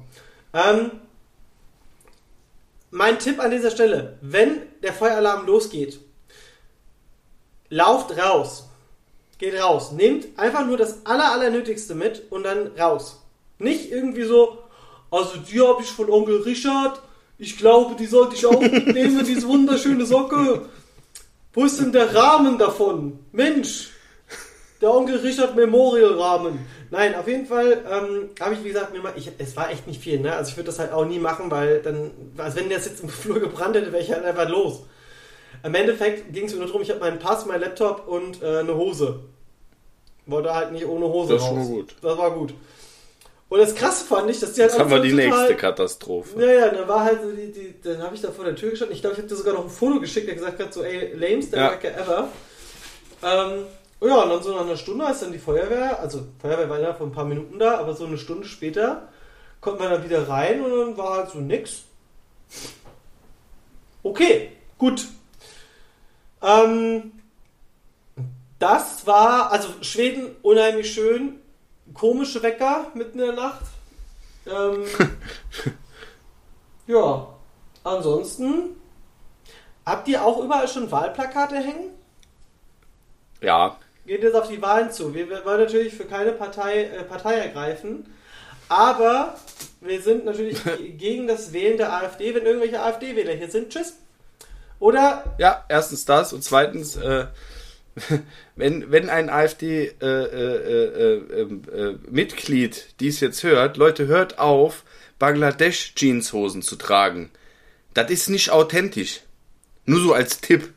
Mein Tipp an dieser Stelle, wenn der Feueralarm losgeht, lauft raus. Geht raus. Nehmt einfach nur das Allernötigste mit und dann raus. Nicht irgendwie so, also die habe ich von Onkel Richard, ich glaube, die sollte ich auch mitnehmen, diese wunderschöne Socke. Wo ist denn der Rahmen davon? Mensch, der Onkel Richard Memorial Rahmen. Nein, auf jeden Fall habe ich, wie gesagt, es war echt nicht viel, ne? Also ich würde das halt auch nie machen, weil dann, also wenn das jetzt im Flur gebrannt hätte, wäre ich halt einfach los. Im Endeffekt ging es nur darum, ich habe meinen Pass, meinen Laptop und eine Hose. Wollte halt nicht ohne Hose raus. Das ist raus. schon gut. Das war gut. Und das Krasse fand ich, dass die halt jetzt haben wir die nächste Katastrophe. Ja, dann war halt so dann habe ich da vor der Tür gestanden. Ich glaube, ich habe dir sogar noch ein Foto geschickt, der gesagt hat, so, ey, lamest der Wrecker ever. Ja, und dann so nach einer Stunde ist dann die Feuerwehr war innerhalb von ein paar Minuten da, aber so eine Stunde später konnten wir dann wieder rein und dann war halt so nix. Okay, gut. Das war, also Schweden unheimlich schön, komische Wecker mitten in der Nacht. Ja, ansonsten habt ihr auch überall schon Wahlplakate hängen? Ja. Geht jetzt auf die Wahlen zu. Wir wollen natürlich für keine Partei ergreifen, aber wir sind natürlich gegen das Wählen der AfD, wenn irgendwelche AfD-Wähler hier sind. Tschüss. Oder? Ja, erstens das und zweitens, wenn ein AfD-Mitglied dies jetzt hört, Leute, hört auf, Bangladesch-Jeanshosen zu tragen. Das ist nicht authentisch. Nur so als Tipp.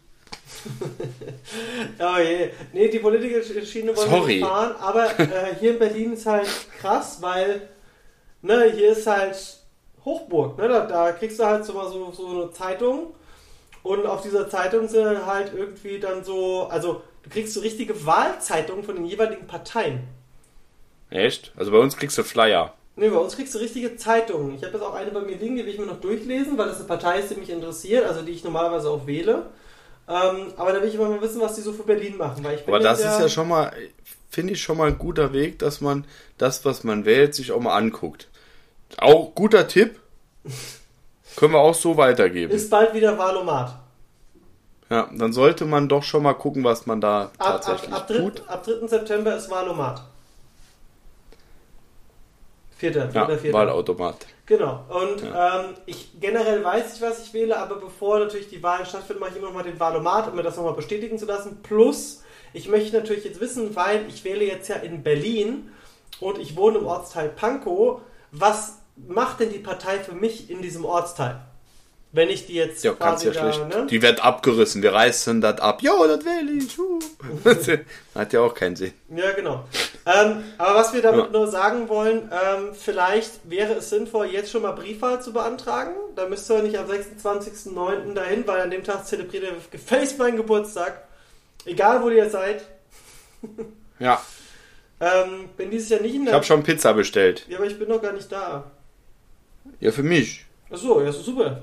Oh je. Nee, die Politikerschiene wollen wir nicht fahren, aber hier in Berlin ist halt krass, weil hier ist halt Hochburg. Ne? Da kriegst du halt so eine Zeitung und auf dieser Zeitung sind halt irgendwie dann so, also du kriegst so richtige Wahlzeitungen von den jeweiligen Parteien. Echt? Also bei uns kriegst du Flyer. Nee, bei uns kriegst du richtige Zeitungen. Ich habe jetzt auch eine bei mir liegen, die will ich mir noch durchlesen, weil das eine Partei ist, die mich interessiert, also die ich normalerweise auch wähle. Aber da will ich immer mal wissen, was die so für Berlin machen. Weil ich bin aber das ist ja schon mal, finde ich schon mal ein guter Weg, dass man das, was man wählt, sich auch mal anguckt. Auch guter Tipp. Können wir auch so weitergeben. Ist bald wieder Wahlomat. Ja, dann sollte man doch schon mal gucken, was man da tatsächlich tut. Ab 3. September ist Wahlomat. 4. Wahlautomat. Genau. Und ich generell weiß ich, was ich wähle, aber bevor natürlich die Wahlen stattfinden, mache ich immer noch mal den Wahlomat, um mir das nochmal bestätigen zu lassen. Plus, ich möchte natürlich jetzt wissen, weil ich wähle jetzt ja in Berlin und ich wohne im Ortsteil Pankow, was macht denn die Partei für mich in diesem Ortsteil? Wenn ich die jetzt ja, quasi ja schlecht. Ne? Die wird abgerissen, wir reißen das ab. Jo, das wähle ich. Hat ja auch keinen Sinn. Ja, genau. Aber was wir damit nur sagen wollen, vielleicht wäre es sinnvoll, jetzt schon mal Briefwahl zu beantragen. Da müsst ihr nicht am 26.09. dahin, weil an dem Tag zelebriert ihr gefälligst meinen Geburtstag. Egal, wo ihr seid. Ja. Bin dieses Jahr nicht in der... Ich habe schon Pizza bestellt. Ja, aber ich bin noch gar nicht da. Ja, für mich. Achso, ja, ist super.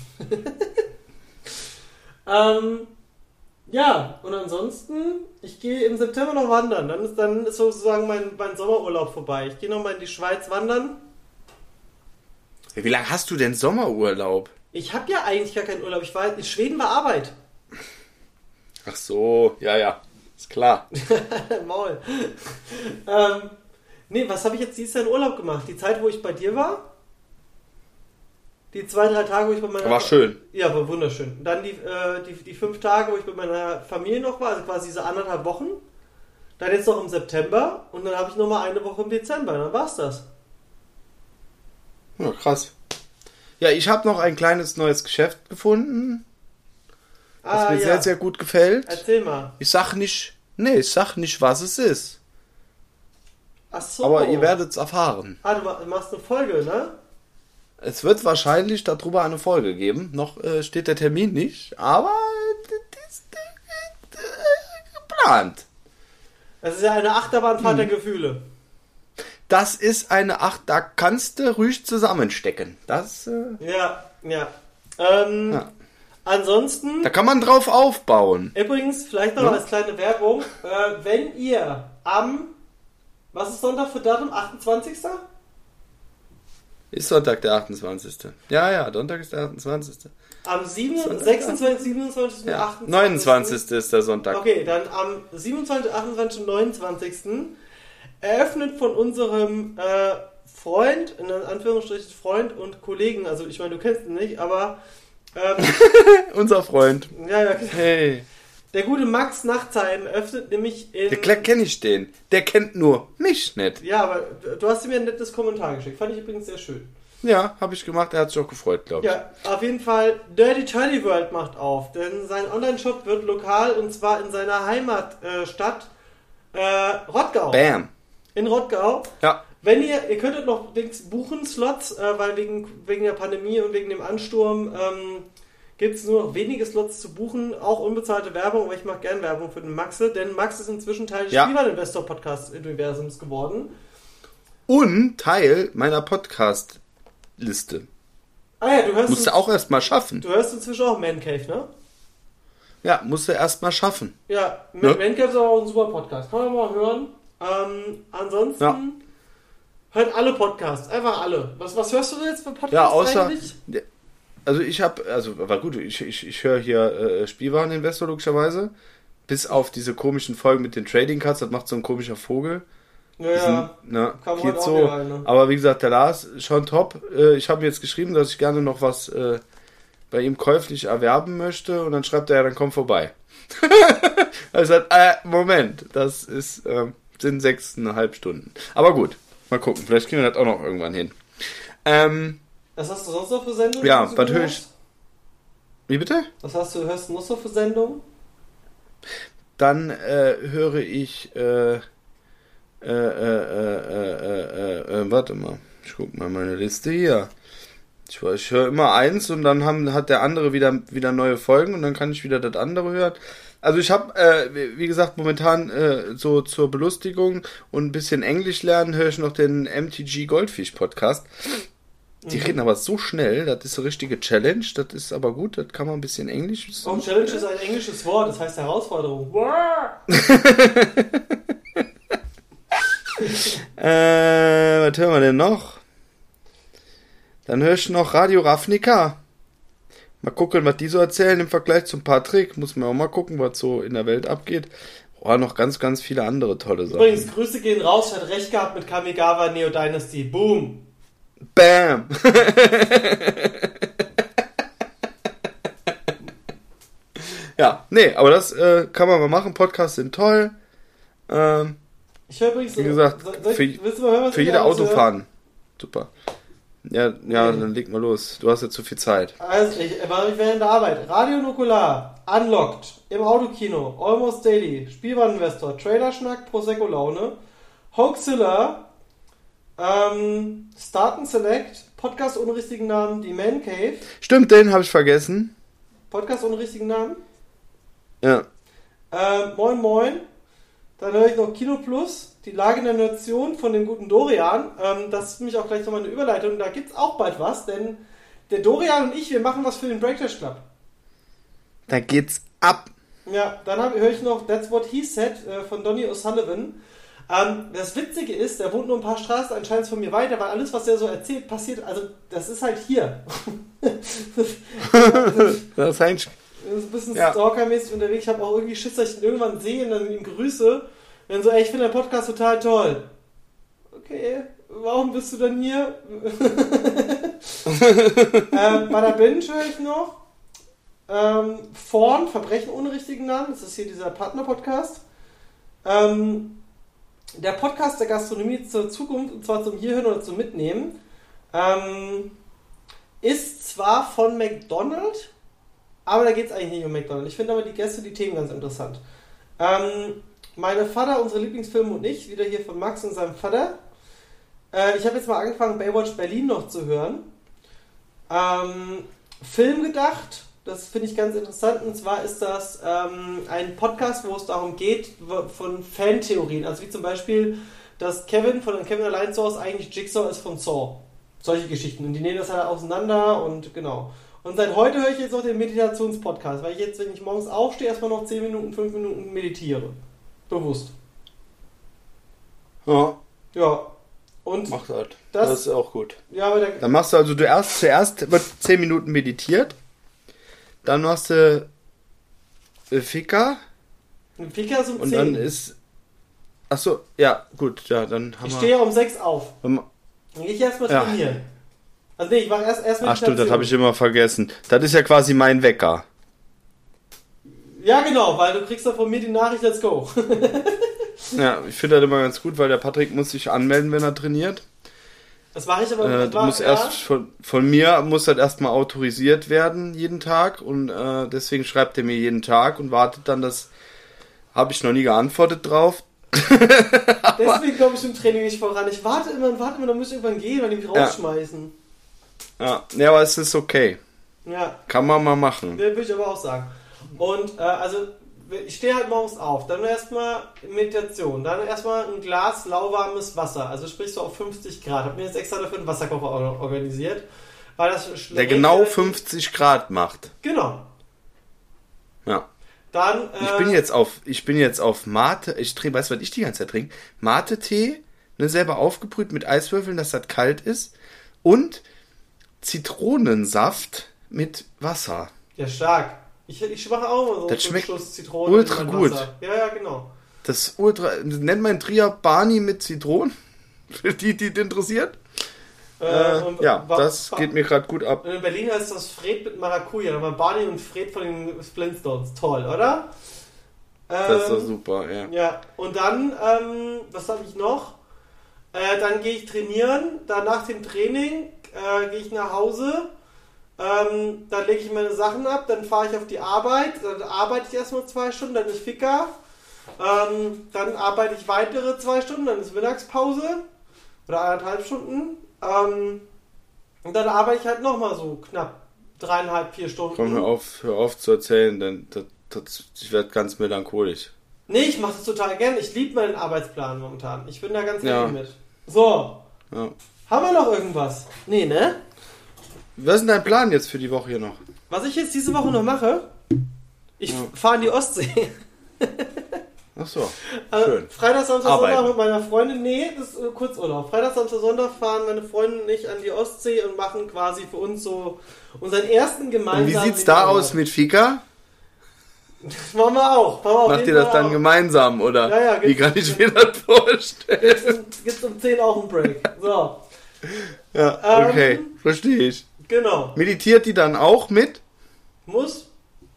Ja, und ansonsten, ich gehe im September noch wandern. Dann ist sozusagen mein Sommerurlaub vorbei. Ich gehe nochmal in die Schweiz wandern. Wie lange hast du denn Sommerurlaub? Ich habe ja eigentlich gar keinen Urlaub. In Schweden war Arbeit. Ach so, ja. Ist klar. Maul. Nee, was habe ich jetzt dieses Jahr in Urlaub gemacht? Die Zeit, wo ich bei dir war? Die 2-3 Tage, wo ich bei meiner... War schön. Ja, war wunderschön. Dann die 5 Tage, wo ich bei meiner Familie noch war, also quasi diese 1,5 Wochen. Dann jetzt noch im September und dann habe ich nochmal eine Woche im Dezember. Dann war's das. Ja, krass. Ja, ich habe noch ein kleines neues Geschäft gefunden, das mir sehr, sehr gut gefällt. Erzähl mal. Ich sag nicht, was es ist. Ach so. Aber ihr werdet es erfahren. Du machst eine Folge, ne? Es wird wahrscheinlich darüber eine Folge geben. Noch steht der Termin nicht, aber das ist geplant. Das ist ja eine Achterbahnfahrt der Gefühle. Das ist eine da kannst du ruhig zusammenstecken. Das. Ja. Ansonsten. Da kann man drauf aufbauen. Übrigens, vielleicht noch als kleine Werbung, wenn ihr was ist Sonntag für Datum? 28.? Ist Sonntag der 28. Ja, Sonntag ist der 28. Am 26., 27. Ja, 28. 29. ist der Sonntag. Okay, dann am 27., 28. und 29. eröffnet von unserem Freund, in Anführungsstrichen Freund und Kollegen, also ich meine, du kennst ihn nicht, aber unser Freund. Ja, hey. Der gute Max Nachtsheim öffnet nämlich in... Der kenne ich den. Der kennt nur mich nicht. Ja, aber du hast mir ein nettes Kommentar geschickt. Fand ich übrigens sehr schön. Ja, habe ich gemacht. Er hat sich auch gefreut, glaube ich. Ja, auf jeden Fall. Dirty Turdy World macht auf. Denn sein Online-Shop wird lokal und zwar in seiner Heimatstadt Rottgau. Bam. In Rottgau. Ja. Wenn ihr könntet noch buchen, Slots, weil wegen der Pandemie und wegen dem Ansturm gibt es nur noch wenige Slots zu buchen, auch unbezahlte Werbung, aber ich mache gern Werbung für den Maxe, denn Max ist inzwischen Teil des Spielwareninvestor-Podcast-Universums geworden. Und Teil meiner Podcast-Liste. Ah ja, du hörst... Musst du auch erstmal schaffen. Du hörst inzwischen auch Man Cave, ne? Ja, musst du erstmal schaffen. Ja, Man Cave ist auch ein super Podcast. Kann man mal hören. Ansonsten hört alle Podcasts, einfach alle. Was hörst du jetzt für Podcasts ja, außer, eigentlich? War gut, ich höre hier Spielwareninvestor logischerweise, bis auf diese komischen Folgen mit den Trading Cards, das macht so ein komischer Vogel. Ja, kam geht so. Rein, ne? Aber wie gesagt, der Lars, schon top. Ich habe jetzt geschrieben, dass ich gerne noch was bei ihm käuflich erwerben möchte und dann schreibt er, ja, dann komm vorbei. Also Moment, das sind 6,5 Stunden. Aber gut, mal gucken, vielleicht kriegen wir das auch noch irgendwann hin. Was hast du sonst noch für Sendungen? Ja, was höre ich? Wie bitte? Hörst du noch so für Sendungen? Dann höre ich warte mal, ich guck mal meine Liste hier. Ich höre immer eins und dann hat der andere wieder neue Folgen und dann kann ich wieder das andere hören. Also ich habe, wie gesagt, momentan so zur Belustigung und ein bisschen Englisch lernen, höre ich noch den MTG Goldfish Podcast. Die reden aber so schnell, das ist eine richtige Challenge, das ist aber gut, das kann man ein bisschen Englisch. Oh, Challenge ist ein englisches Wort, das heißt Herausforderung. Was hören wir denn noch? Dann höre ich noch Radio Ravnica. Mal gucken, was die so erzählen im Vergleich zum Patrick. Muss man auch mal gucken, was so in der Welt abgeht. Noch ganz, ganz viele andere tolle Sachen. Übrigens, Grüße gehen raus, hat recht gehabt mit Kamigawa Neo Dynasty. Boom! Bam! Ja, nee, aber das kann man mal machen. Podcasts sind toll. Ich höre übrigens, wie gesagt, für jede Autofahren. Super. Ja, dann leg mal los. Du hast ja zu viel Zeit. Also, ich war während der Arbeit. Radio Nukular, Unlocked, im Autokino, Almost Daily, Spielwareninvestor, Trailerschnack, Prosecco Laune, Hoaxilla, Start and Select, Podcast ohne richtigen Namen, die Man Cave. Stimmt, den habe ich vergessen. Podcast ohne richtigen Namen? Ja. Moin Moin. Dann höre ich noch Kino Plus, die Lage in der Nation von dem guten Dorian. Das ist für mich auch gleich nochmal eine Überleitung. Da gibt es auch bald was, denn der Dorian und ich, wir machen was für den Breakdash Club. Da geht's ab. Ja, dann höre ich noch That's What He Said von Donny O'Sullivan. Das Witzige ist, der wohnt nur ein paar Straßen anscheinend von mir weiter, weil alles, was er so erzählt, passiert, also das ist halt hier. Das ist eigentlich... Das ist ein bisschen stalkermäßig unterwegs. Ich habe auch irgendwie Schiss, dass ich ihn irgendwann sehe und dann ihn grüße. Und dann so, ich finde den Podcast total toll. Okay, warum bist du dann hier? Bada Binge höre ich noch. Vorn, Verbrechen ohne richtigen Namen. Das ist hier dieser Partner-Podcast. Der Podcast der Gastronomie zur Zukunft, und zwar zum Hierhören oder zum Mitnehmen, ist zwar von McDonald's, aber da geht es eigentlich nicht um McDonald's. Ich finde aber die Gäste, die Themen ganz interessant. Meine Vater, unsere Lieblingsfilme und ich, wieder hier von Max und seinem Vater. Ich habe jetzt mal angefangen, Baywatch Berlin noch zu hören. Film gedacht, das finde ich ganz interessant. Und zwar ist das ein Podcast, wo es darum geht, von Fantheorien. Also wie zum Beispiel, dass Kevin von Kevin Allein zu Hause eigentlich Jigsaw ist von Saw. Solche Geschichten. Und die nehmen das halt auseinander und genau. Und seit heute höre ich jetzt noch den Meditationspodcast, weil ich jetzt, wenn ich morgens aufstehe, erstmal noch 10 Minuten, 5 Minuten meditiere. Bewusst. Ja. Ja. Und mach das. Das ist auch gut. Ja, aber dann machst du also zuerst wird 10 Minuten meditiert, dann machst du Fika. Fika ist um 10. Und dann ist... Achso, ja, gut, ja, dann haben ich stehe ja um 6 auf. Dann gehe ich erstmal trainieren. Also nee, ich mache erst Meditation. Ach stimmt, das habe ich immer vergessen. Das ist ja quasi mein Wecker. Ja, genau, weil du kriegst dann von mir die Nachricht, let's go. Ja, ich finde das immer ganz gut, weil der Patrick muss sich anmelden, wenn er trainiert. Das mache ich aber du musst erst von mir muss das erstmal autorisiert werden jeden Tag und deswegen schreibt er mir jeden Tag und wartet dann, das habe ich noch nie geantwortet drauf. Deswegen komme ich im Training nicht voran. Ich warte immer, dann muss ich irgendwann gehen, weil die mich rausschmeißen. Ja, aber es ist okay. Ja. Kann man mal machen. Würde ich aber auch sagen. Und also ich stehe halt morgens auf, dann erstmal Meditation, dann erstmal ein Glas lauwarmes Wasser, also sprich so auf 50 Grad. Hab mir jetzt extra dafür einen Wasserkocher organisiert, weil das der genau 50 Grad macht. Genau. Ja. Dann ich bin jetzt auf Mate, weißt du, was ich die ganze Zeit trinke? Mate-Tee, selber aufgebrüht mit Eiswürfeln, dass das kalt ist und Zitronensaft mit Wasser. Ja, stark. Ich mache auch mal so das schmeckt Schuss Zitrone ultra gut. Ja, genau. Das nennt man Tria Barney mit Zitronen, für die interessiert. Das geht mir gerade gut ab. In Berlin heißt das Fred mit Maracuja, da war Barney und Fred von den Flintstones. Toll, oder? Das ist doch super, ja. Ja, und dann, was habe ich noch? Dann gehe ich trainieren, dann nach dem Training gehe ich nach Hause. Dann lege ich meine Sachen ab, dann fahre ich auf die Arbeit, dann arbeite ich erstmal 2 Stunden, dann ist Fika, dann arbeite ich weitere 2 Stunden, dann ist Mittagspause oder 1,5 Stunden und dann arbeite ich halt nochmal so knapp 3,5, 4 Stunden. Komm, hör auf zu erzählen, denn ich werde ganz melancholisch. Nee, ich mache das total gern, ich liebe meinen Arbeitsplan momentan, ich bin da ganz happy mit. So, haben wir noch irgendwas? Nee, ne? Was ist denn dein Plan jetzt für die Woche hier noch? Was ich jetzt diese Woche noch mache? Ich fahre in die Ostsee. Ach so, schön. Freitag, Samstag, Sonntag mit meiner Freundin. Nee, das ist Kurzurlaub. Freitag, Samstag, Sonntag fahren meine Freundin und ich an die Ostsee und machen quasi für uns so unseren ersten gemeinsamen... Und wie sieht's da aus mit Fika? Das machen wir auch. Macht ihr das dann gemeinsam, oder? Ja, wie kann ich mir das vorstellen? Gibt's um 10 auch einen Break. So. Ja, okay, verstehe ich. Genau. Meditiert die dann auch mit? Muss.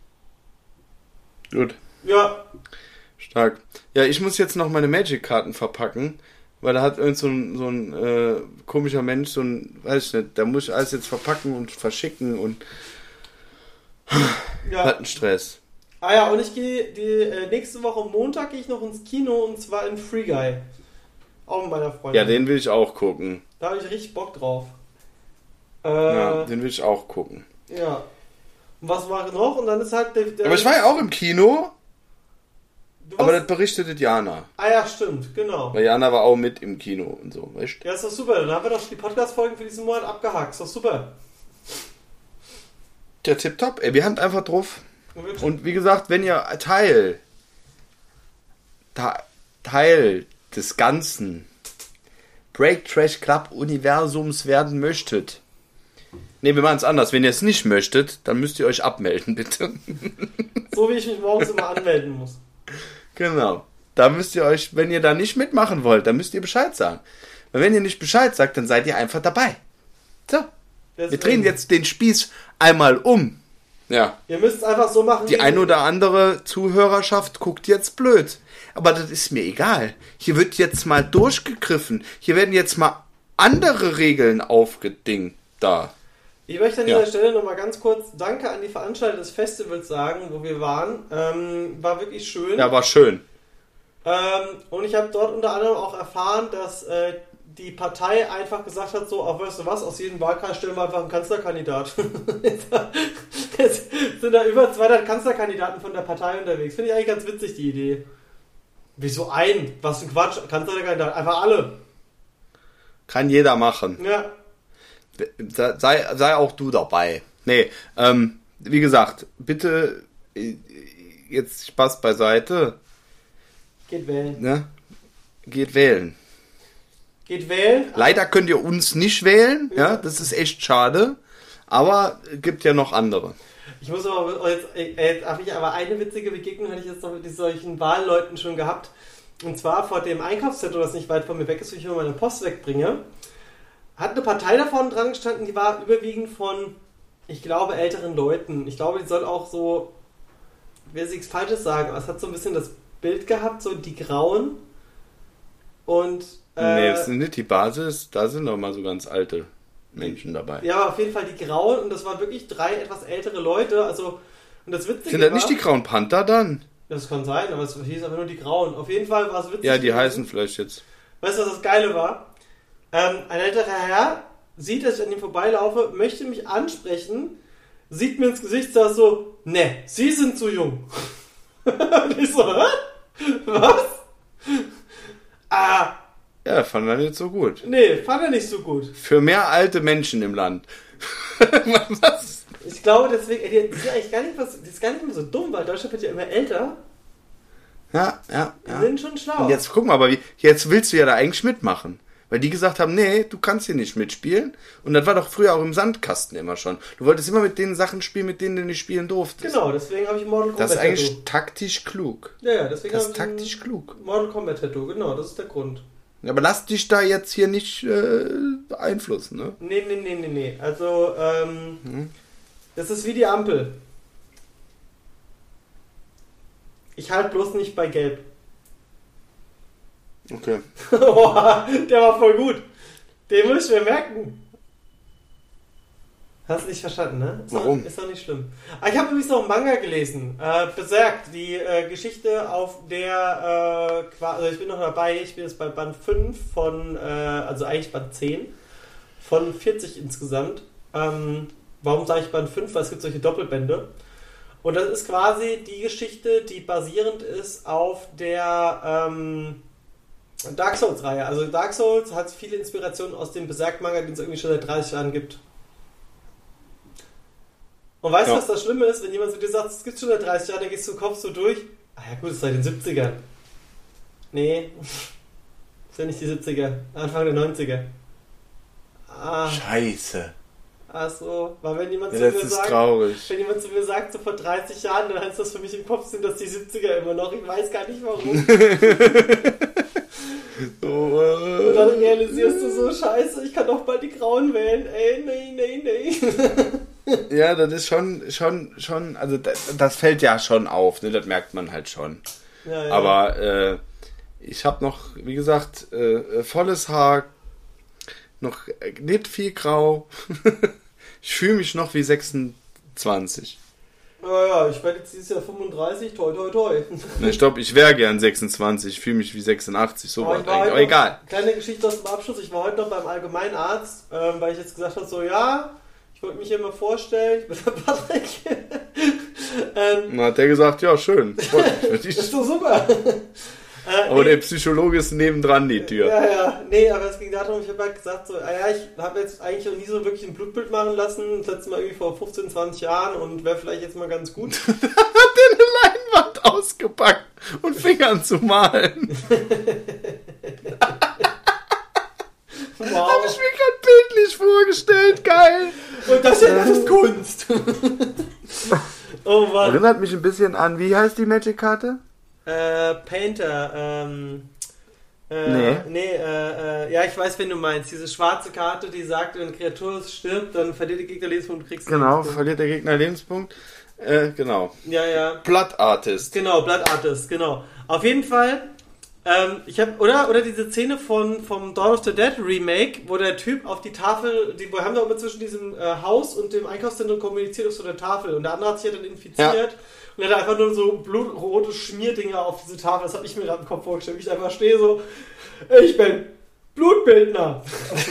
Gut. Ja. Stark. Ja, ich muss jetzt noch meine Magic-Karten verpacken, weil da hat irgend so ein komischer Mensch weiß ich nicht, da muss ich alles jetzt verpacken und verschicken und hat einen Stress. Ah ja, und ich gehe nächste Woche Montag gehe ich noch ins Kino und zwar in Free Guy. Auch mit meiner Freundin. Ja, den will ich auch gucken. Da habe ich richtig Bock drauf. Den will ich auch gucken. Ja. Und was mache ich noch? Und dann ist halt aber ich war ja auch im Kino. Aber das berichtet Jana. Ah ja, stimmt, genau. Weil Jana war auch mit im Kino und so, weißt du? Ja, ist doch super. Dann haben wir doch die Podcast-Folgen für diesen Monat abgehakt. Ist doch super. Ja, tipptopp. Wir haben einfach drauf. Und wie gesagt, wenn ihr Teil des ganzen Break Trash Club Universums werden möchtet. Ne, wir machen es anders. Wenn ihr es nicht möchtet, dann müsst ihr euch abmelden, bitte. So wie ich mich morgens immer anmelden muss. Genau. Da müsst ihr euch, wenn ihr da nicht mitmachen wollt, dann müsst ihr Bescheid sagen. Weil wenn ihr nicht Bescheid sagt, dann seid ihr einfach dabei. So. Deswegen. Wir drehen jetzt den Spieß einmal um. Ja. Ihr müsst es einfach so machen. Die ein oder andere Zuhörerschaft guckt jetzt blöd. Aber das ist mir egal. Hier wird jetzt mal durchgegriffen. Hier werden jetzt mal andere Regeln aufgedingt da. Ich möchte an dieser Stelle nochmal ganz kurz Danke an die Veranstalter des Festivals sagen, wo wir waren. War wirklich schön. Ja, war schön. Und ich habe dort unter anderem auch erfahren, dass die Partei einfach gesagt hat, so, auch weißt du was, aus jedem Wahlkreis stellen wir einfach einen Kanzlerkandidat. Jetzt sind da über 200 Kanzlerkandidaten von der Partei unterwegs. Finde ich eigentlich ganz witzig, die Idee. Wieso ein? Was für ein Quatsch. Kanzlerkandidat. Einfach alle. Kann jeder machen. Ja. Sei auch du dabei. Nee, wie gesagt, bitte jetzt Spaß beiseite. Geht wählen. Ne? Geht wählen. Geht wählen. Leider könnt ihr uns nicht wählen, ja, das ist echt schade. Aber es gibt ja noch andere. Ich muss aber jetzt habe ich aber eine witzige Begegnung, hatte ich jetzt noch mit solchen Wahlleuten schon gehabt. Und zwar vor dem Einkaufszentrum, das nicht weit von mir weg ist, wo ich immer meine Post wegbringe, hat eine Partei da vorne dran gestanden, die war überwiegend von, ich glaube, älteren Leuten. Ich glaube, die soll auch so, will ich nichts Falsches sagen, aber es hat so ein bisschen das Bild gehabt, so die Grauen. Und nee, das sind nicht die Basis, da sind doch mal so ganz alte Menschen dabei. Ja, auf jeden Fall die Grauen, und das waren wirklich 3 etwas ältere Leute, also, und das Witzige Sind das nicht die Grauen Panther dann? Das kann sein, aber es hieß aber nur die Grauen. Auf jeden Fall war es witzig. Ja, die heißen vielleicht jetzt. Weißt du, was das Geile war? Ein älterer Herr sieht, dass ich an ihm vorbeilaufe, möchte mich ansprechen, sieht mir ins Gesicht, sagt so, ne, Sie sind zu jung. Und ich so, hä? Was? Ja, fand er nicht so gut. Nee, fand er nicht so gut. Für mehr alte Menschen im Land. Was? Ich glaube deswegen, die sind eigentlich gar nicht mehr so dumm, weil Deutschland wird ja immer älter. Ja. Die sind schon schlau. Und jetzt guck mal, aber jetzt willst du ja da eigentlich mitmachen. Weil die gesagt haben, nee, du kannst hier nicht mitspielen. Und das war doch früher auch im Sandkasten immer schon. Du wolltest immer mit den Sachen spielen, mit denen du nicht spielen durftest. Genau, deswegen habe ich Mortal Kombat Das ist eigentlich taktisch klug. Ja, deswegen Das habe ist ich taktisch klug. Mortal Kombat Tattoo, genau, das ist der Grund. Aber lass dich da jetzt hier nicht beeinflussen, ne? Nee. Also, das ist wie die Ampel. Ich halte bloß nicht bei Gelb. Okay. Der war voll gut. Den muss ich mir merken. Hast du nicht verstanden, ne? Warum? Ist doch nicht schlimm. Ich habe übrigens noch einen Manga gelesen. Berserk, die Geschichte auf der, also ich bin noch dabei, ich bin jetzt bei Band 5 von, also eigentlich Band 10 von 40 insgesamt. Warum sage ich Band 5? Weil es gibt solche Doppelbände. Und das ist quasi die Geschichte, die basierend ist auf der Dark Souls-Reihe. Also Dark Souls hat viele Inspirationen aus dem Berserk-Manga, den es irgendwie schon seit 30 Jahren gibt. Und weißt du, was das Schlimme ist? Wenn jemand zu dir sagt, es gibt schon seit 30 Jahren, dann gehst du im Kopf so durch. Ah ja gut, es ist seit den 70ern. Nee, ist ja nicht die 70er. Anfang der 90er. Scheiße. Ach so, weil wenn jemand Ja, zu das mir ist sagt, traurig. wenn jemand zu mir sagt, so vor 30 Jahren, dann heißt das für mich im Kopf, sind das die 70er immer noch. Ich weiß gar nicht warum. Und dann realisierst du so, scheiße, ich kann doch bald die Grauen wählen. Ey, nee. Ja, das ist schon, also das fällt ja schon auf, ne? Das merkt man halt schon. Ja. Aber ich habe noch, wie gesagt, volles Haar, noch nicht viel grau. Ich fühle mich noch wie 26. Ja, ich werde jetzt dieses Jahr 35, toi. Ich glaube, ich wäre gern 26, ich fühle mich wie 86, so was eigentlich, aber egal. Kleine Geschichte aus dem Abschluss, ich war heute noch beim Allgemeinarzt, weil ich jetzt gesagt habe, so ja, ich wollte mich hier mal vorstellen, ich bin der Patrick. Dann hat der gesagt, ja schön, das ist doch super. Aber der Psychologe ist nebendran die Tür. Ja, nee, aber es ging darum, ich habe halt gesagt, so, ich habe jetzt eigentlich noch nie so wirklich ein Blutbild machen lassen, das letzte Mal irgendwie vor 15, 20 Jahren und wäre vielleicht jetzt mal ganz gut. Hat der eine Leinwand ausgepackt und fing an zu malen. Wow. Habe ich mir gerade bildlich vorgestellt, geil. Und das ist Kunst. Oh Mann. Erinnert mich ein bisschen an, wie heißt die Magic-Karte? Painter, Nee, ja, ich weiß, wen du meinst. Diese schwarze Karte, die sagt, wenn eine Kreatur stirbt, dann verliert der Gegner Lebenspunkt und kriegst genau, Lebenspunkt. verliert der Gegner Lebenspunkt. Genau. Ja. Blood Artist. Genau, Blood Artist, genau. Auf jeden Fall, ich habe oder diese Szene vom Dawn of the Dead Remake, wo der Typ auf die Tafel, wir haben da immer zwischen diesem Haus und dem Einkaufszentrum kommuniziert auf so der Tafel und der andere hat sich ja dann infiziert. Ja. Und er hat einfach nur so blutrote Schmierdinger auf diese Tafel. Das habe ich mir gerade im Kopf vorgestellt. Wie ich einfach stehe so, ich bin Blutbildner.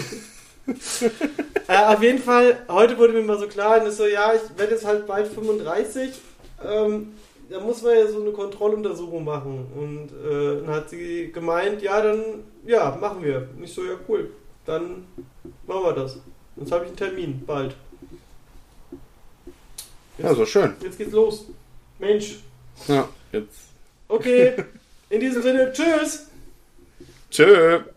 Auf jeden Fall, heute wurde mir mal so klar, und ist so, ja, ich werde jetzt halt bald 35. Da muss man ja so eine Kontrolluntersuchung machen. Und dann hat sie gemeint, ja, machen wir. Und ich so, ja, cool. Dann machen wir das. Jetzt habe ich einen Termin, bald. Ja, so schön. Jetzt geht's los. Mensch. Ja, jetzt. Okay, in diesem Sinne, tschüss. Tschö.